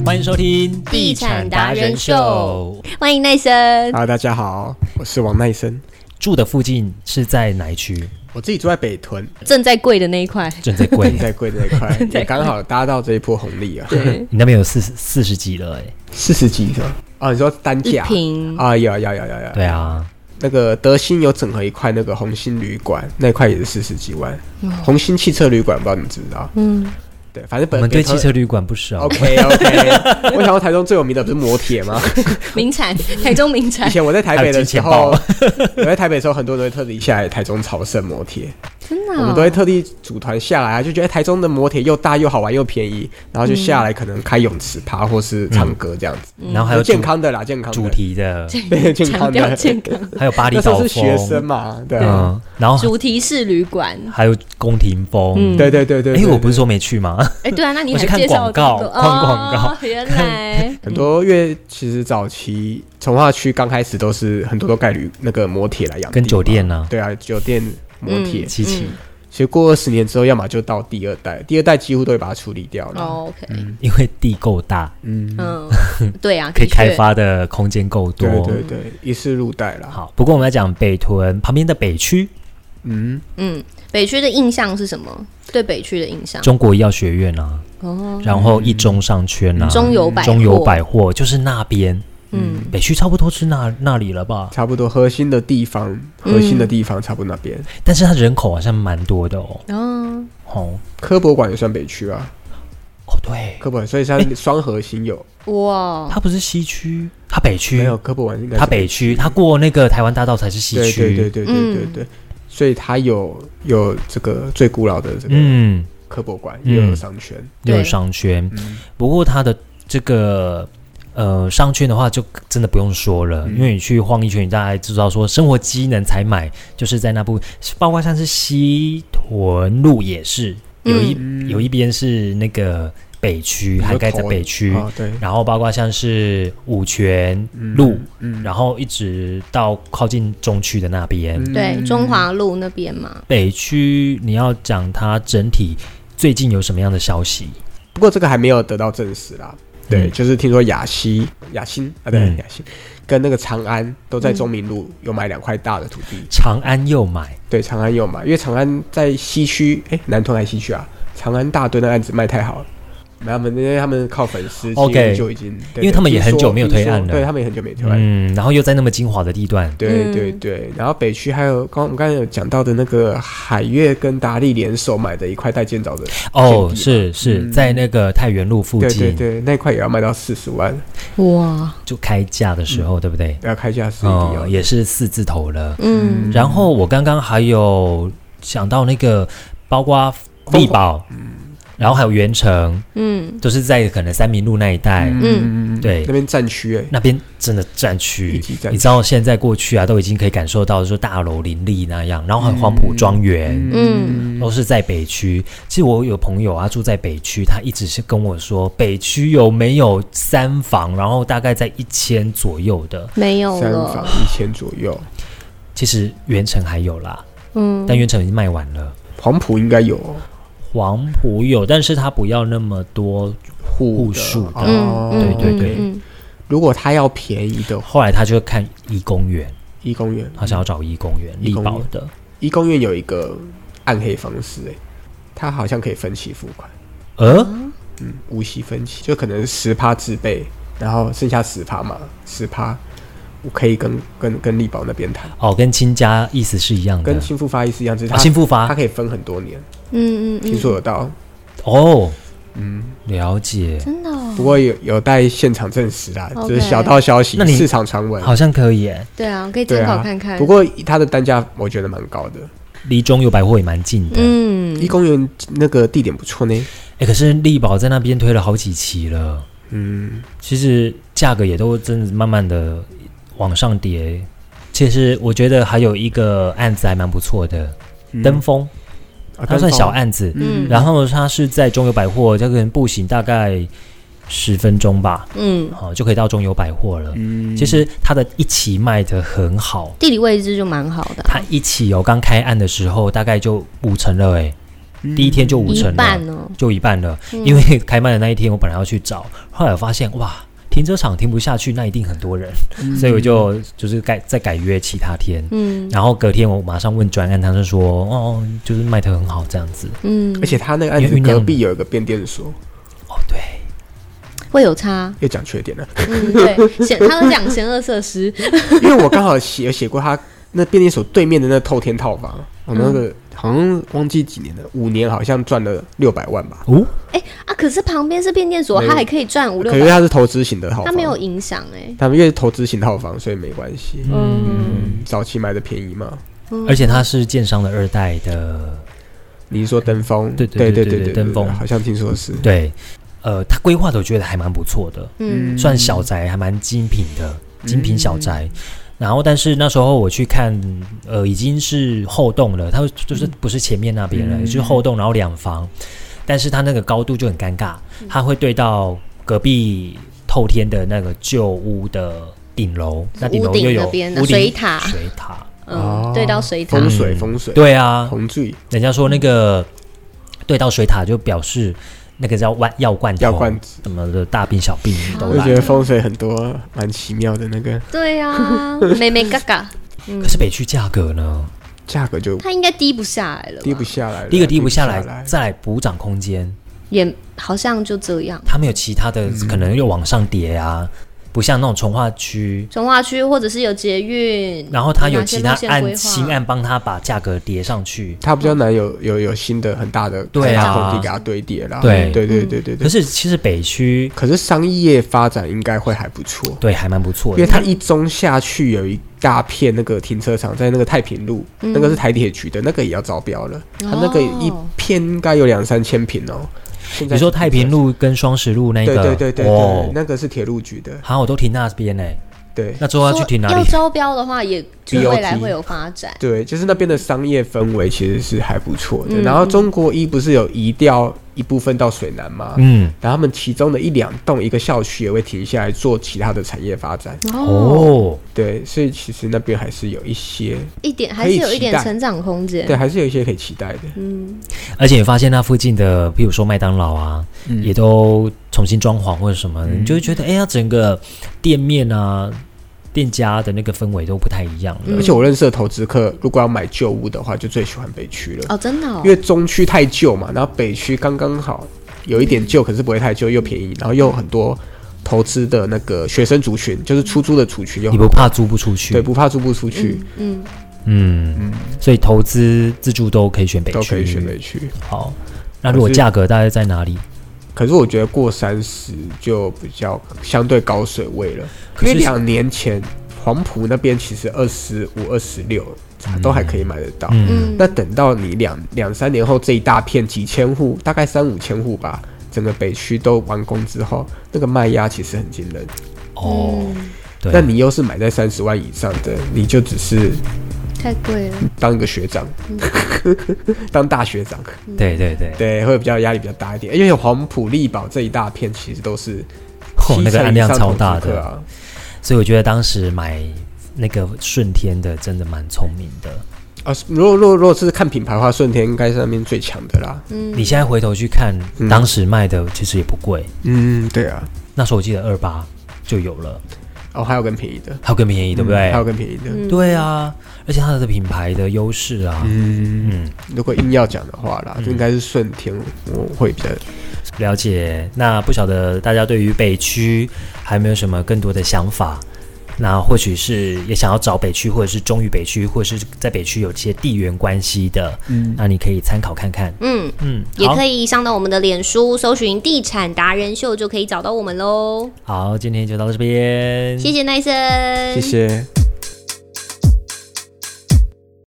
欢迎收听地产达人秀，欢迎奈生。 大家好，我是王奈生。 住的附近是在哪一区？ 我自己住在北屯， 正在贵的那一块， 正在贵， 正在贵的那一块，也刚好搭到这一波红利啊。 对， 你那边有40几了哎 ，40几是吧？哦，你说单价一坪啊？有。 对啊， 那个德兴有整合一块那个红星旅馆，那块也是40几万。红星汽车旅馆不知道你知不知道？对，反正我们对汽车旅馆不熟。 OK， 我想到台中最有名的不是摩铁吗？ 名产，台中名产。 以前我在台北的时候，很多人会特地下来台中朝圣摩铁。 真的、 我们都会特地组团下来啊，就觉得台中的摩铁又大又好玩又便宜，然后就下来可能开泳池趴或是唱歌这样子。 然后还有健康的啦，健康的主题的， 对，健康的， 健康。 还有巴厘岛风， 那时候是学生嘛，对啊。 然后主题式旅馆， 还有宫廷风， 对。 我不是说没去吗？ 对啊，那你我是看广告，看广告。 原来很多，因为其实早期从化区刚开始都是很多都盖那个摩铁来养， 跟酒店呢？ 对啊，酒店摩铁七七。 其实过20年之后，要么就到第二代几乎都会把它处理掉了。 OK， 因为地够大， 对啊， 可以开发的空间够多， 对，一次入袋了。 好，不过我们来讲北屯旁边的北区， 北区的印象是什么？对北区的印象， 中国医药学院啊，然后一中商圈啊， 中友百货就是那边。北区差不多是那里了吧？ 差不多核心的地方差不多那边。 但是它人口好像蛮多的科博馆也算北区啊。 对， 科博馆，所以它双核心有。 哇， 它不是西区，它北区。 没有，科博馆应该是它北区，它过那个台湾大道才是西区。 对。所以它有这个最古老的这个科博馆，又有商圈， 不过它的这个商圈的话就真的不用说了，因为你去晃一圈，你大概知道说生活机能采买就是在那部，包括像是西屯路也是有一边是那个北区，涵盖在北区， 对， 然后包括像是五权路，然后一直到靠近中区的那边， 对，中华路那边嘛。 北区你要讲它整体最近有什么样的消息？ 不过这个还没有得到证实啦。对，就是听说雅欣跟那个长安都在中民路有买2块大的土地。 长安又买， 对，长安又买，因为长安在西区，南屯还是西区啊？长安大墩的案子卖太好了。因为他们靠粉丝，OK， 就已经， 因为他们也很久没有推案了， 对，他们也很久没推案， 然后又在那么精华的地段， 对，然后北区还有我们刚才有讲到的那个海悦跟达利联手买的一块待建造的， 是在那个太原路附近， 对，那块也要卖到40万， 哇， 就开价的时候，对不对？ 要开价是一定要， 也是4字头了，然后我刚刚还有想到那个，包括力宝，然后还有元城，都是在可能三民路那一带，对， 那边战区， 那边真的战区，你知道现在过去啊，都已经可以感受到说大楼林立那样，然后还有黄埔庄园，都是在北区。其实我有朋友啊住在北区，他一直是跟我说，北区有没有3房，然后大概在1000左右的， 没有了 ，3房1000左右。 其实元城还有啦，但元城已经卖完了， 黄埔应该有。 黄埔有，但是他不要那么多户数的，对。 如果他要便宜的， 后来他就看一公园，他想要找一公园，力宝的一公园有一个暗黑方式，他好像可以分期付款，无息分期，就可能10%自备，然后剩下10%嘛，10%。我可以跟力宝那边谈跟亲家意思是一样的， 跟新复发意思一样，就是新复发它可以分很多年，听说有到了解， 真的不过有待现场证实啦，就是小道消息，市场传闻， 好像可以耶， 对啊，可以参考看看。 不过它的单价我觉得蛮高的， 离中友百货也蛮近的， 一公园那个地点不错呢， 可是力宝在那边推了好几期了，其实价格也都真的慢慢的往上叠。其实我觉得还有一个案子还蛮不错的，登峰，它算小案子，然后它是在中友百货，这个人步行大概10分钟吧，就可以到中友百货了。其实它的一期卖得很好， 地理位置就蛮好的。 它一期刚开案的时候大概就5成了第一天就5成了， 一半哦， 就一半了。因为开卖的那一天，我本来要去找，后来我发现哇，停车场停不下去，那一定很多人，所以我就是再改约其他天。然后隔天我马上问专案，他就说哦，就是卖得很好这样子。 而且他那个案子隔壁有一个变电所。 哦，对。 会有差， 又讲缺点了。 对，他都讲险恶设施， 因为我刚好写过他那变电所对面的那透天套房，我那个好像忘记几年了，5年好像赚了600万吧。 哦， 可是旁边是变电所，他还可以赚500-600万。 可是他是投资型的套房， 他没有影响他们因为投资型套房，所以没关系。早期买的便宜嘛。 而且他是建商的2代的， 你是说登峰？对， 登峰好像听说是。 对。他规划的我觉得还蛮不错的，算小宅，还蛮精品的，精品小宅。然后，但是那时候我去看，已经是后栋了，它就是不是前面那边了，就是后栋，然后2房，但是它那个高度就很尴尬，它会对到隔壁透天的那个旧屋的顶楼，那顶楼又有水塔，对到水塔， 风水， 对啊， 风水， 人家说那个对到水塔就表示。那个叫药罐头，什么的大病小病都来。 我觉得风水很多蛮奇妙的那个。 对啊，美美嘎嘎。 可是北区价格呢？ 价格就它应该低不下来了。 低不下来了。 第一个低不下来，再来补涨空间， 也好像就这样。 它没有其他的，可能又往上叠啊。不像那种从化区或者是有捷运， 然后它有其他新案帮他把价格叠上去， 它比较难有新的很大的空地给它堆叠啦。 对。 可是其实北区， 可是商业发展应该会还不错， 对，还蛮不错的。 因为它一中下去有一大片那个停车场，在那个太平路，那个是台铁局的，那个也要招标了。它那个一片应该有2-3千坪哦。 你说太平路跟双十路那个， 对，那个是铁路局的。 好，我都停那边呢。 对， 那之后要去停哪里？ 要招标的话，也未来会有发展。 对，就是那边的商业氛围其实是还不错的。然后中国不是有移掉一部分到水南吗？然后他们其中的1-2栋一个校区也会停下来做其他的产业发展。对，所以其实那边还是有还是有一点成长空间。 对，还是有一些可以期待的。 而且你发现那附近的，譬如说麦当劳啊，也都重新装潢或者什么，你就会觉得，它整个店面啊。店家的那个氛围都不太一样了。 而且我认识的投资客，如果要买旧屋的话，就最喜欢北区了。 真的因为中区太旧嘛，然后北区刚刚好，有一点旧，可是不会太旧，又便宜，然后又有很多投资的那个学生族群，就是出租的族群， 你不怕租不出去？ 对，不怕租不出去。 所以投资自住都可以选北区， 都可以选北区。 好，那如果价格大概在哪里？ 可是我觉得过30就比较相对高水位了，因为2年前黄埔那边其实25、26都还可以买得到。那等到你2-3年后这一大片几千户，大概3-5千户吧，整个北区都完工之后，那个卖压其实很惊人。对。那你又是买在30万以上的，你就只是太贵了， 当一个学长，当大学长，对，会比较压力比较大一点。因为黄埔、力宝这一大片其实都是那个案量超大的，所以我觉得当时买那个顺天的真的蛮聪明的。 如果是看品牌的话，顺天应该是那边最强的啦。 你现在回头去看，当时卖的其实也不贵。 对啊， 那时候我记得28就有了。 还有更便宜的， 对不对？ 还有更便宜的， 对啊，而且它的品牌的优势啊， 如果硬要讲的话啦，应该是顺天我会比较了解。那不晓得大家对于北区还有没有什么更多的想法？那或许是也想要找北区，或者是忠于北区，或者是在北区有些地缘关系的，那你可以参考看看。 也可以上到我们的脸书搜寻地产达人秀，就可以找到我们咯。 好，今天就到这边， 谢谢奈森， 谢谢。